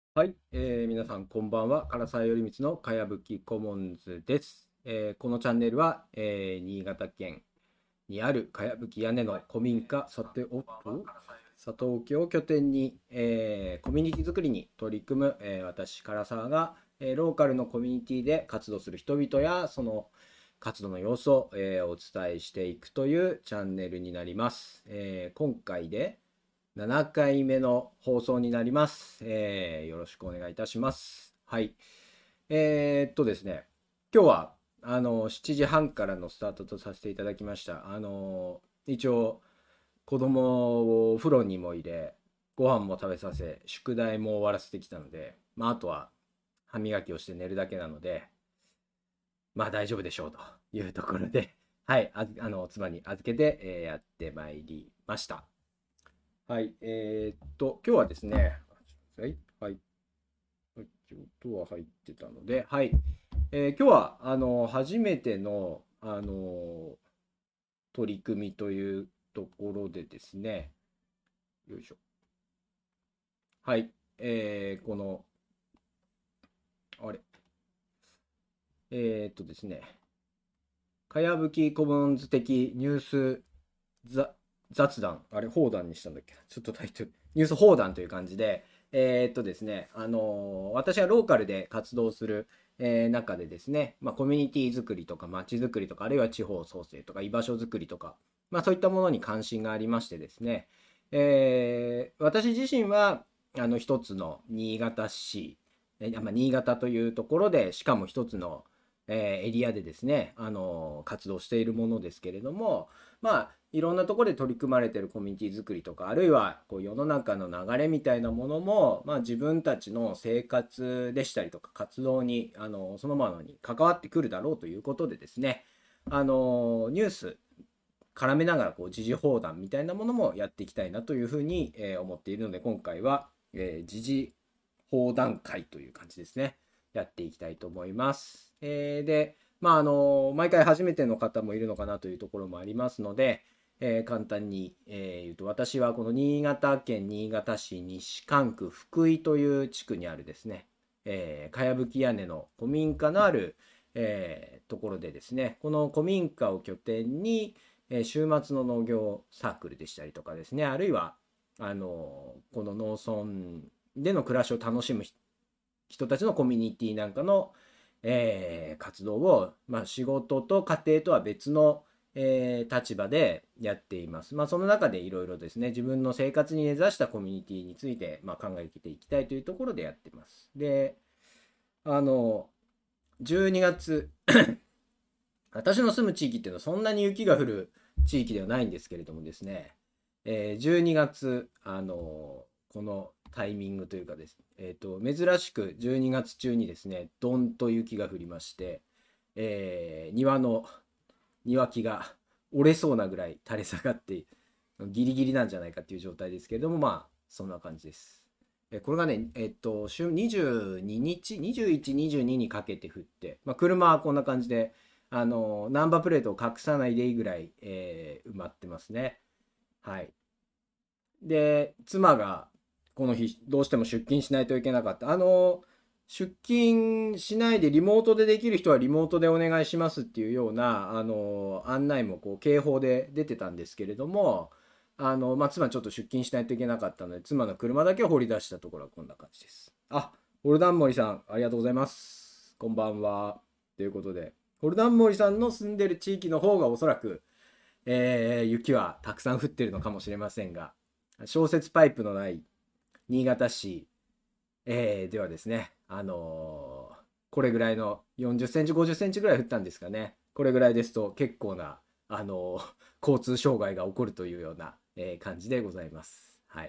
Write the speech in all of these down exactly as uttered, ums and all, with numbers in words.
はい、えー皆さんこんばんは。唐沢頼光のかやぶきコモンズです。えーこのチャンネルは、えー新潟県にあるかやぶき屋根の古民家さておっと佐藤家を拠点に、えーコミュニティ作りに取り組む、えー私唐沢が、えーローカルのコミュニティで活動する人々やその活動の様子を、えーお伝えしていくというチャンネルになります。えー今回でななかいめの放送になります。えーよろしくお願いいたします。はい。えーっとですね、今日はあのしちじはんからのスタートとさせていただきました。あの一応子供をお風呂にも入れ、ご飯も食べさせ、宿題も終わらせてきたので、まあ、あとは歯磨きをして寝るだけなので、まあ大丈夫でしょうというところで、はい、ああの妻に預けて、えーやってまいりました。はい、えーっと、今日はですね、はい、はい、はい音は入ってたので、はい、えー今日は、あの、初めての、あの、取り組みというところでですね、よいしょ。はい、えーこの、あれ、えーっとですね、かやぶきコモンズ的ニュースざ雑談、あれ、放談にしたんだっけちょっとタイトル、ニュース放談という感じで、えーっとですね、あのー私はローカルで活動する、えー中でですね、まあ、コミュニティ作りとか街づくりとか、あるいは地方創生とか居場所づくりとか、まあ、そういったものに関心がありましてですね、えー私自身は、あの、一つの新潟市、えまあ、新潟というところで、しかも一つの、えーエリアでですね、あのー活動しているものですけれども、まあ、いろんなところで取り組まれているコミュニティ作りとか、あるいはこう世の中の流れみたいなものも、まあ、自分たちの生活でしたりとか活動にあのそのものに関わってくるだろうということでですね、あのニュース絡めながらこう時事報道みたいなものもやっていきたいなというふうに、えー思っているので、今回は、えー時事報談会という感じですね。やっていきたいと思います。えーで、まあ、あの、毎回初めての方もいるのかなというところもありますので、えー簡単に、えー言うと、私はこの新潟県新潟市西蒲区福井という地区にあるですね、えーかやぶき屋根の古民家のある、えーところでですね、この古民家を拠点に、えー週末の農業サークルでしたりとかですね、あるいは、あの、この農村での暮らしを楽しむ人たちのコミュニティなんかの、えー活動を、まあ、仕事と家庭とは別の、えー立場でやっています。まあ、その中でいろいろですね、自分の生活に根ざしたコミュニティについて、まあ、考えていきたいというところでやっています。で、あの、じゅうにがつ、私の住む地域っていうのはそんなに雪が降る地域ではないんですけれどもですね、えーじゅうにがつ、あのこのタイミングというかです、えーと、珍しくじゅうにがつ中にですね、どんと雪が降りまして、えー庭の庭木が折れそうなぐらい垂れ下がって、ギリギリなんじゃないかっていう状態ですけれども、まあ、そんな感じです。えこれがね、えっと、週にじゅうににち、にじゅういち、にじゅうににかけて降って、まあ、車はこんな感じで、あの、ナンバープレートを隠さないでいいぐらい、えー埋まってますね。はい。で、妻がこの日どうしても出勤しないといけなかった。あの、出勤しないでリモートでできる人はリモートでお願いしますっていうような、あの、案内もこう警報で出てたんですけれども、あの、まあ、妻ちょっと出勤しないといけなかったので、妻の車だけを掘り出したところはこんな感じです。あ、ホルダンモリさん、ありがとうございます。こんばんは。ということで、ホルダンモリさんの住んでる地域の方がおそらく、えー雪はたくさん降ってるのかもしれませんが、消雪パイプのない新潟市、えーではですね、あのーこれぐらいのよんじゅっセンチ、ごじゅっセンチぐらい降ったんですかね。これぐらいですと結構な、あのー交通障害が起こるというような、えー感じでございます。はい。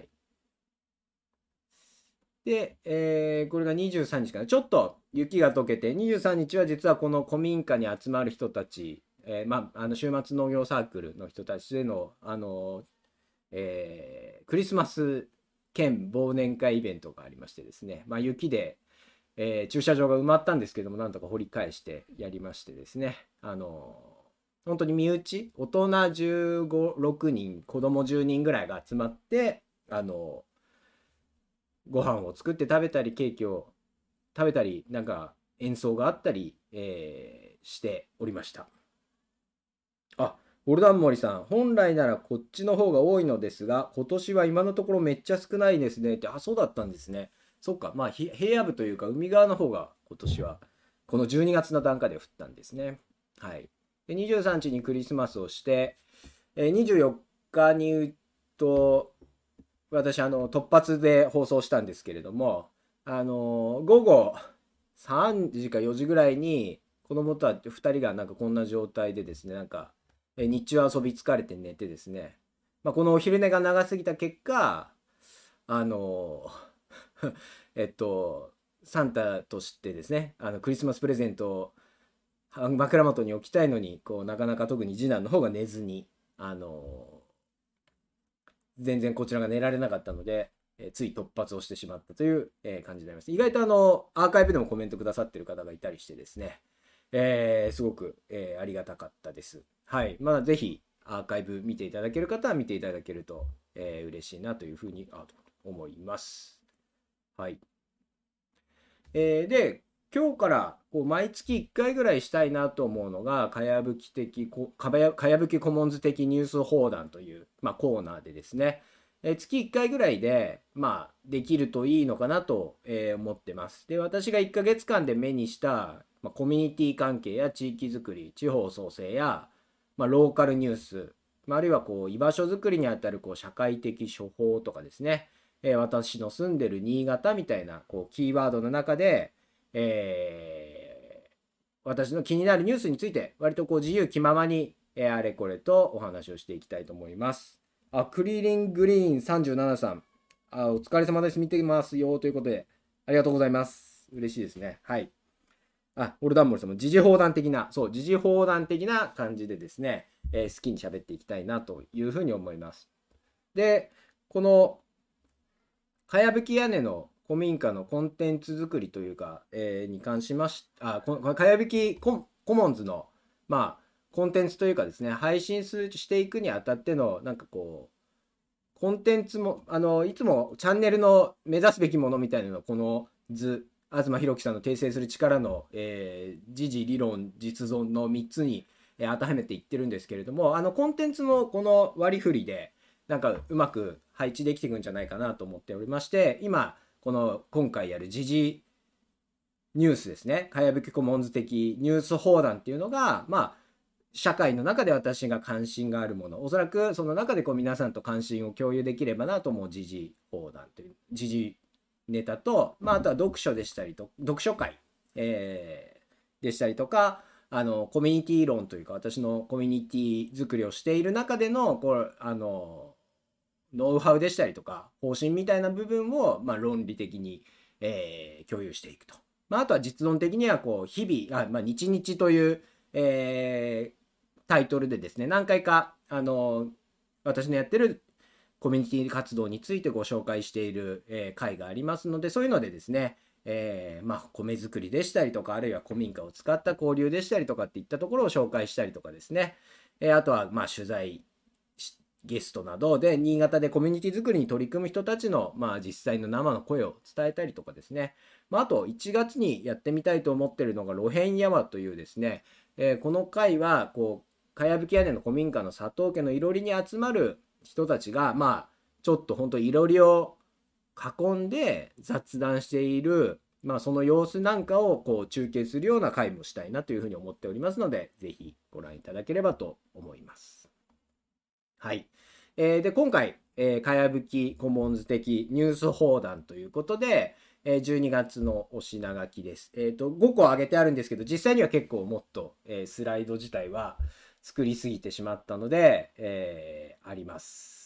で、えーこれがにじゅうさんにちかな。ちょっと雪が溶けて、にじゅうさんにちは実はこの古民家に集まる人たち、えーまあ、あの週末農業サークルの人たちでの、あのえークリスマス兼忘年会イベントがありましてですね、まあ、雪で、えー駐車場が埋まったんですけども、なんとか掘り返してやりましてですね、あの本当に身内、大人じゅうご、ろくにん、子供じゅうにんぐらいが集まって、あのご飯を作って食べたり、ケーキを食べたり、なんか演奏があったり、えーしておりました。あ、オルダンモリさん、本来ならこっちの方が多いのですが、今年は今のところめっちゃ少ないですねって、あ、そうだったんですね。そっか、まあ、ひ平野部というか、海側の方が今年は、このじゅうにがつの段階で降ったんですね。はい。で、にじゅうさんにちにクリスマスをして、えーにじゅうよっかに言うと、私、あの、突発で放送したんですけれども、あの、午後さんじかよじぐらいに、子供とはふたりがなんかこんな状態でですね、なんか、え日中遊び疲れて寝てですね、まあ、このお昼寝が長すぎた結果、あの、えっと、サンタとしてですね、あのクリスマスプレゼントをあ枕元に置きたいのに、こうなかなか特に次男の方が寝ずに、あの、全然こちらが寝られなかったので、えーつい突発をしてしまったという、えー感じになります。意外とあの、アーカイブでもコメントくださってる方がいたりしてですね、えーすごく、えーありがたかったです。はい。まあ、ぜひ、アーカイブ見ていただける方は見ていただけると、えー嬉しいなというふうにあ思います。はい。えーで、今日からこう毎月いっかいぐらいしたいなと思うのが、かやぶき的、こかやかやぶきコモンズ的ニュース放談という、まあ、コーナーでですね、えー月いっかいぐらいで、まあ、できるといいのかなと、えー思ってます。で、私がいっかげつかんで目にした、まあ、コミュニティ関係や地域づくり、地方創生や、まあ、ローカルニュース、まあ、あるいはこう居場所づくりにあたるこう社会的処方とかですね、えー私の住んでる新潟みたいなこうキーワードの中で、えー私の気になるニュースについて割とこう自由気ままに、えーあれこれとお話をしていきたいと思います。あ、クリリングリーンさんじゅうななさん。あ、お疲れ様です。見てますよということで、ありがとうございます。嬉しいですね。はい。あ、オルダンモリさんも時事放談的な、そう、時事放談的な感じでですね、えー好きに喋っていきたいなというふうに思います。で、このかやぶき屋根の古民家のコンテンツ作りというか、えーに関しましあ、こかやぶきココモンズの、まあ、コンテンツというかですね、配信するしていくにあたっての、なんかこう、コンテンツも、あの、いつもチャンネルの目指すべきものみたいなのを、この図、東博樹さんの訂正する力の、えー、時事理論、実存のみっつに、えー当てはめていってるんですけれども、あの、コンテンツもこの割り振りで、なんかうまく配置できていくんじゃないかなと思っておりまして、今、この今回やる時事ニュースですね、かやぶきコモンズ的ニュース放談っていうのが、まあ、社会の中で私が関心があるもの、おそらくその中でこう皆さんと関心を共有できればなと思う時事放談という時事ネタと、まあ、あとは読書でしたりと、読書会、えーでしたりとか、あのコミュニティ論というか、私のコミュニティ作りをしている中でのこうあのノウハウでしたりとか方針みたいな部分を、まあ、論理的に、えー共有していくと、まあ、あとは実論的にはこう日々あ、まあ、日々という、えータイトルでですね、何回かあの私のやってるコミュニティ活動についてご紹介している、えー回がありますので、そういうのでですね、えーまあ、米作りでしたりとか、あるいは古民家を使った交流でしたりとかっていったところを紹介したりとかですね、えーあとはまあ取材ゲストなどで新潟でコミュニティ作りに取り組む人たちの、まあ、実際の生の声を伝えたりとかですね、まあ、あといちがつにやってみたいと思っているのが露辺山というですね、えーこの回はこうかやぶき屋根の古民家の佐藤家のいろりに集まる人たちが、まあ、ちょっと本当いろりを囲んで雑談している、まあ、その様子なんかをこう中継するような回もしたいなというふうに思っておりますので、ぜひご覧いただければと思います。はい。えーで、今回、えーかやぶきコモンズ的ニュース放談ということで、えーじゅうにがつのお品書きです。えっ、と、ごこ挙げてあるんですけど、実際には結構もっと、えースライド自体は作りすぎてしまったので、えーあります。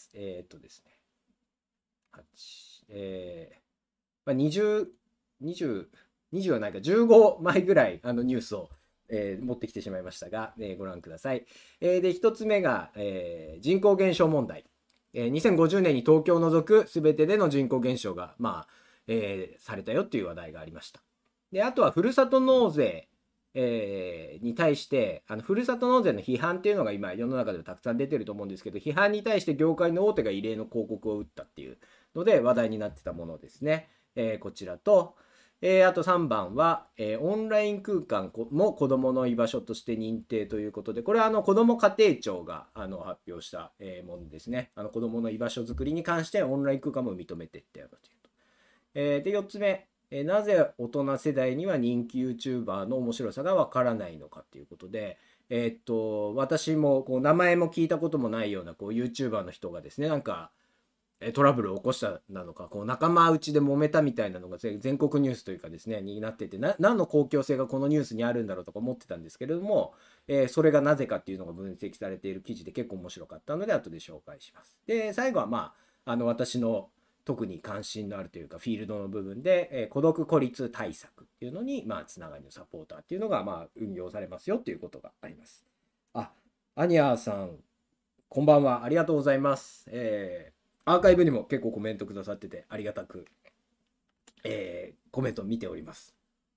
えっ、とですね、はち、えーまあ、にじゅう、にじゅう、にじゅうはないか、じゅうごまいぐらいあのニュースを、えー持ってきてしまいましたが、えーご覧ください。えーで、ひとつめが、えー人口減少問題。えーにせんごじゅうねんに東京を除く全てでの人口減少が、まあ、えーされたよという話題がありました。で、あとは、ふるさと納税、えーに対して、あのふるさと納税の批判っていうのが今、世の中ではたくさん出てると思うんですけど、批判に対して業界の大手が異例の広告を打ったっていう、 ので話題になってたものですね。えーこちらと、えーあとさんばんは、えーオンライン空間も子どもの居場所として認定ということで、これはあの子ども家庭庁があの発表した、えーものですね。あの子どもの居場所づくりに関してオンライン空間も認めていったよというと。えーで、よっつめ、えーなぜ大人世代には人気 YouTuber の面白さがわからないのかということで、えーっと、私もこう名前も聞いたこともないようなこう YouTuber の人がですね、なんか、えトラブルを起こしたなのか、こう仲間内で揉めたみたいなのが全全国ニュースというかですね、になってて、な何の公共性がこのニュースにあるんだろうとか思ってたんですけれども、えーそれがなぜかっていうのが分析されている記事で結構面白かったので、後で紹介します。で、最後はまあ、あの私の特に関心のあるというか、フィールドの部分で、えー孤独孤立対策っていうのに、まあ、つながりのサポーターっていうのが、まあ、運用されますよっていうことがあります。あ、アニャーさん、こんばんは。ありがとうございます。えーアーカイブにも結構コメントくださっててありがたく、えーコメント見ております。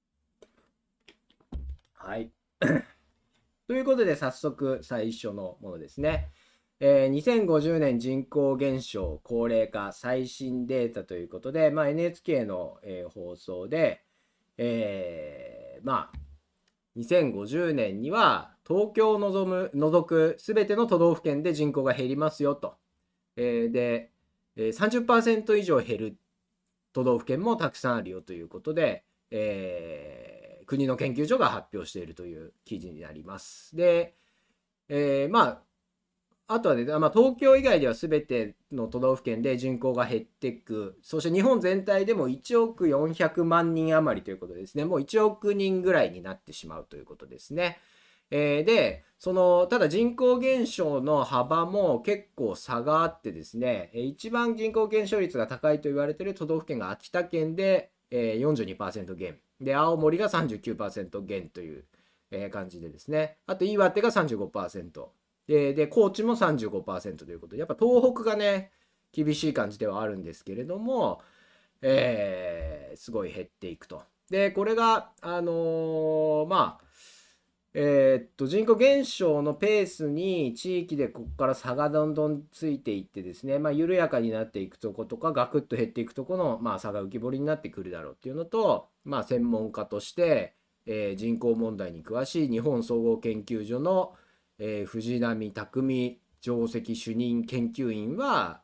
はい。ということで早速最初のものですね。えーにせんごじゅうねん人口減少高齢化最新データということで、まあ、エヌエイチケー の、えー放送で、えーまあにせんごじゅうねんには東京を除む除く全ての都道府県で人口が減りますよと。えーで、えーさんじゅっパーセント以上減る都道府県もたくさんあるよということで、えー国の研究所が発表しているという記事になります。で、えーまあ、あとはね、まあ、東京以外では全ての都道府県で人口が減っていく。そして日本全体でもいちおくよんひゃくまん人余りということですね。もういちおく人ぐらいになってしまうということですね。えーで、その、ただ人口減少の幅も結構差があってですね、一番人口減少率が高いと言われている都道府県が秋田県で、えー、よんじゅうにパーセント減。で、青森がさんじゅうきゅうパーセント減という、えー感じでですね。あと岩手がさんじゅうごパーセント。で、で高知もさんじゅうごパーセントということで、やっぱ東北がね、厳しい感じではあるんですけれども、えーすごい減っていくと。で、これが、あのーまあ、えーっと、人口減少のペースに地域でここから差がどんどんついていってですね、まあ、緩やかになっていくとことか、ガクッと減っていくとこの、まあ、差が浮き彫りになってくるだろうっていうのと、まあ、専門家として、えー人口問題に詳しい日本総合研究所の、えー藤波匠上席主任研究員は、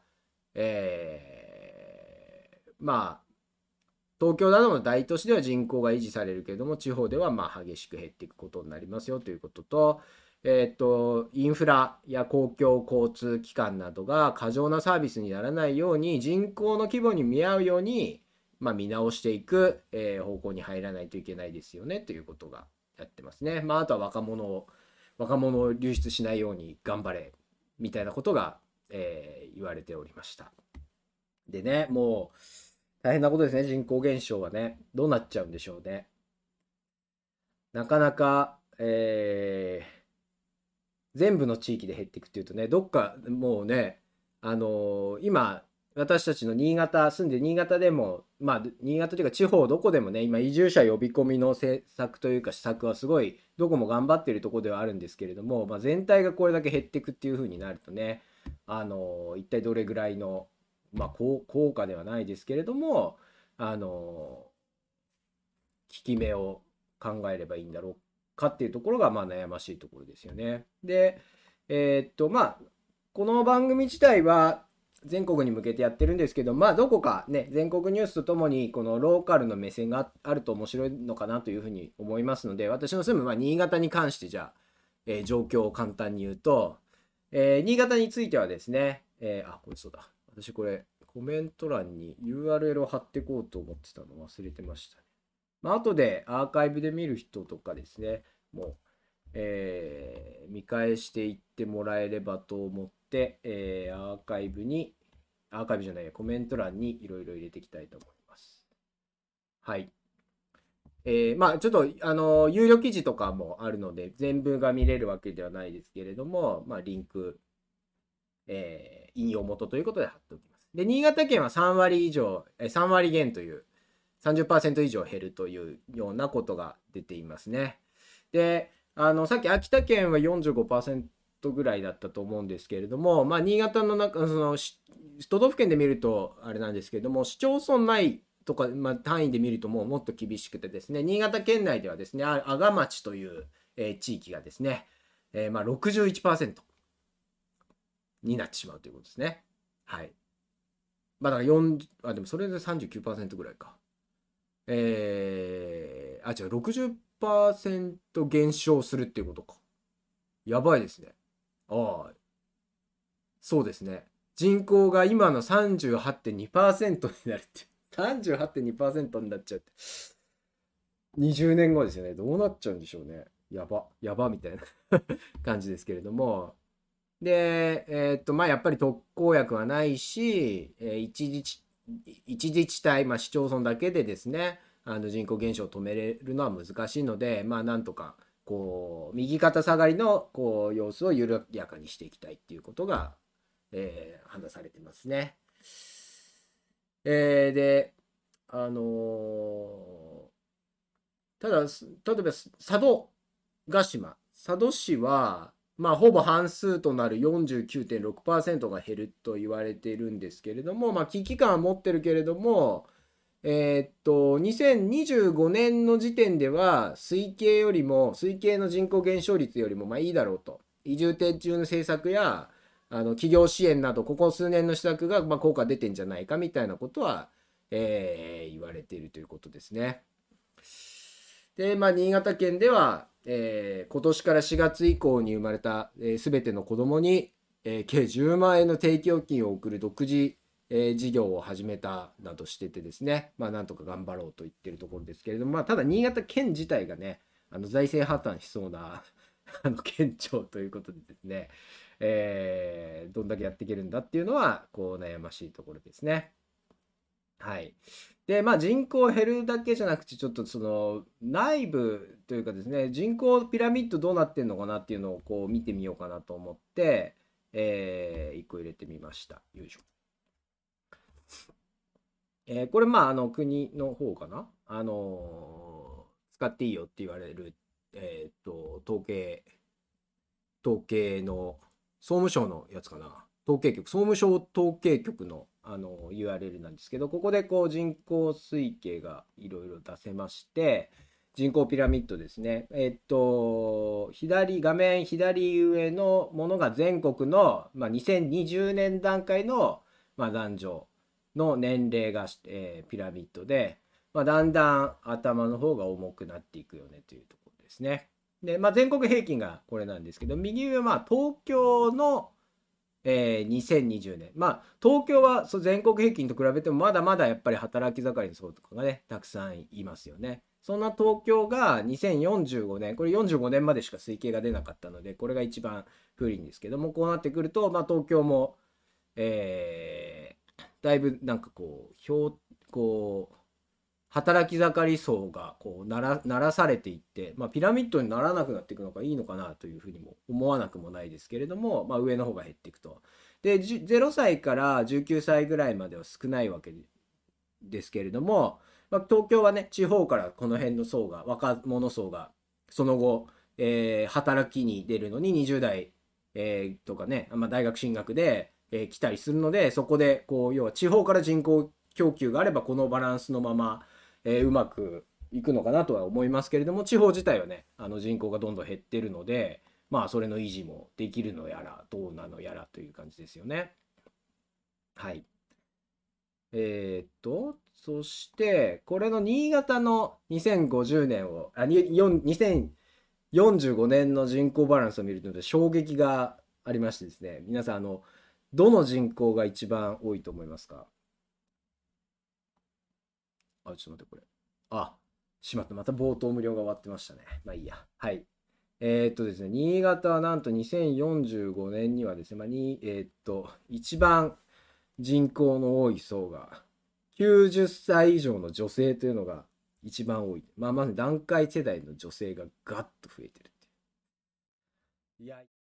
えーまあ、東京などの大都市では人口が維持されるけれども、地方ではまあ激しく減っていくことになりますよということと、えっと、インフラや公共交通機関などが過剰なサービスにならないように、人口の規模に見合うように、まあ、見直していく、えー方向に入らないといけないですよねということがやってますね。まあ、あとは若者を、若者を流出しないように頑張れ、みたいなことが、えー言われておりました。でね、もう、大変なことですね、人口減少はね。どうなっちゃうんでしょうね。なかなか、えー全部の地域で減っていくっていうとね、どっかもうね、あのー今、私たちの新潟、住んで新潟でも、まあ、新潟というか地方どこでもね、今、移住者呼び込みの政策というか施策はすごい、どこも頑張っているところではあるんですけれども、まあ、全体がこれだけ減っていくっていう風になるとね、あのー一体どれぐらいの、まあ、効効果ではないですけれども、あのー効き目を考えればいいんだろうかっていうところがまあ悩ましいところですよね。で、えーっとまあこの番組自体は全国に向けてやってるんですけど、まあどこかね全国ニュースとともにこのローカルの目線があると面白いのかなというふうに思いますので、私の住むまあ新潟に関してじゃあ、えー状況を簡単に言うと、えー新潟についてはですね、えーあこれそうだ、私これコメント欄に ユーアールエル を貼ってこうと思ってたの忘れてました。まあ後でアーカイブで見る人とかですね、もう、えー見返していってもらえればと思って、えーアーカイブに、アーカイブじゃないや、コメント欄にいろいろ入れていきたいと思います。はい。えーまあちょっと、あの、有料記事とかもあるので、全部が見れるわけではないですけれども、まあリンク、えー引用元ということで貼っておきます。で、新潟県はさん割以上、えーさん割減という、さんじゅっパーセント以上減るというようなことが出ていますね。で、あの、さっき秋田県はよんじゅうごパーセントぐらいだったと思うんですけれども、まあ、新潟の中、その都道府県で見るとあれなんですけれども、市町村内とか、まあ、単位で見るともうもっと厳しくてですね、新潟県内ではですね、阿賀町という、えー、地域がですね、えー、まあ ろくじゅういちパーセント になってしまうということですね。はい。まあだからよんじゅう、あ、でもそれでさんじゅうきゅうパーセントぐらいか。えー、あ、違う、ろくじゅっパーセント 減少するっていうことか。やばいですね。ああ、そうですね。人口が今の さんじゅうはちてんにパーセント になるって。さんじゅうはちてんにパーセント になっちゃって。にじゅうねんごですよね。どうなっちゃうんでしょうね。やば、やばみたいな感じですけれども。で、えーっと、まあ、やっぱり特効薬はないし、えー一自治、一自治体、まあ、市町村だけでですね、あの人口減少を止めれるのは難しいので、まあ、なんとか、こう、右肩下がりの、こう、様子を緩やかにしていきたいっていうことが、えー、話されてますね。えー、で、あのーただ、例えば、佐渡島、佐渡市は、まあ、ほぼ半数となるよんじゅうきゅうてんろくパーセントが減ると言われているんですけれども、まあ、危機感は持ってるけれども、えーっと、にせんにじゅうごねんの時点では、推計よりも、推計の人口減少率よりも、まあいいだろうと。移住定住の政策や、あの企業支援など、ここ数年の施策が、まあ、効果出てんじゃないかみたいなことは、えー言われているということですね。で、まあ、新潟県では、えー今年からしがつ以降に生まれたすべ、えー全ての子どもに、えー計じゅうまん円の定期預金を送る独自、えー事業を始めたなどしててですね、まあ、なんとか頑張ろうと言ってるところですけれども、まあ、ただ新潟県自体がね、あの財政破綻しそうなあの県庁ということでですね、えーどんだけやっていけるんだっていうのは、こう悩ましいところですね。はい。で、まあ人口減るだけじゃなくて、ちょっとその内部というかですね、人口ピラミッドどうなってんのかなっていうのをこう見てみようかなと思って、えー、いっこ入れてみました。よいしょ。えーこれまああの国の方かな。あのー使っていいよって言われる、えーっと、統計、統計の、総務省のやつかな。統計局、総務省統計局の、あの ユーアールエル なんですけど、ここでこう人口推計がいろいろ出せまして、人口ピラミッドですね。えっと、左、画面左上のものが全国の、まあ、にせんにじゅうねん段階の、まあ、男女の年齢が、えーピラミッドで、まあ、だんだん頭の方が重くなっていくよねというところですね。で、まあ、全国平均がこれなんですけど、右上はまあ東京の、えーにせんにじゅうねん。まあ、東京はそう全国平均と比べてもまだまだやっぱり働き盛りの層とかがね、たくさんいますよね。そんな東京がにせんよんじゅうごねん、これよんじゅうごねんまでしか推計が出なかったので、これが一番不利ですけども、こうなってくると、まあ、東京も、えーだいぶなんかこう、表、こう、働き盛り層がこうならならされていって、まあ、ピラミッドにならなくなっていくのがいいのかなというふうにも思わなくもないですけれども、まあ、上の方が減っていくと。で、ゼロさいからじゅうきゅうさいぐらいまでは少ないわけですけれども、まあ、東京はね、地方からこの辺の層が、若者層が、その後、えー働きに出るのににじゅう代、えーとかね、まあ、大学進学で、えー来たりするので、そこで、こう、要は地方から人口供給があれば、このバランスのまま、えーうまくいくのかなとは思いますけれども、地方自体はね、あの人口がどんどん減ってるので、まあ、それの維持もできるのやら、どうなのやらという感じですよね。はい。えーっと、そして、これの新潟のにせんごじゅうねんを、あ、によんにせんよんじゅうごねんの人口バランスを見ると衝撃がありましてですね、皆さん、あの、どの人口が一番多いと思いますか？あ、ちょっと待って、これ。あ、しまった。また冒頭無料が終わってましたね。まあいいや。はい。えーっとですね、新潟はなんとにせんよんじゅうごねんにはですね、まあ、に、えーっと、一番人口の多い層が、きゅうじゅっさい以上の女性というのが一番多い。まあ、まず団塊世代の女性がガッと増えてるっていう。いや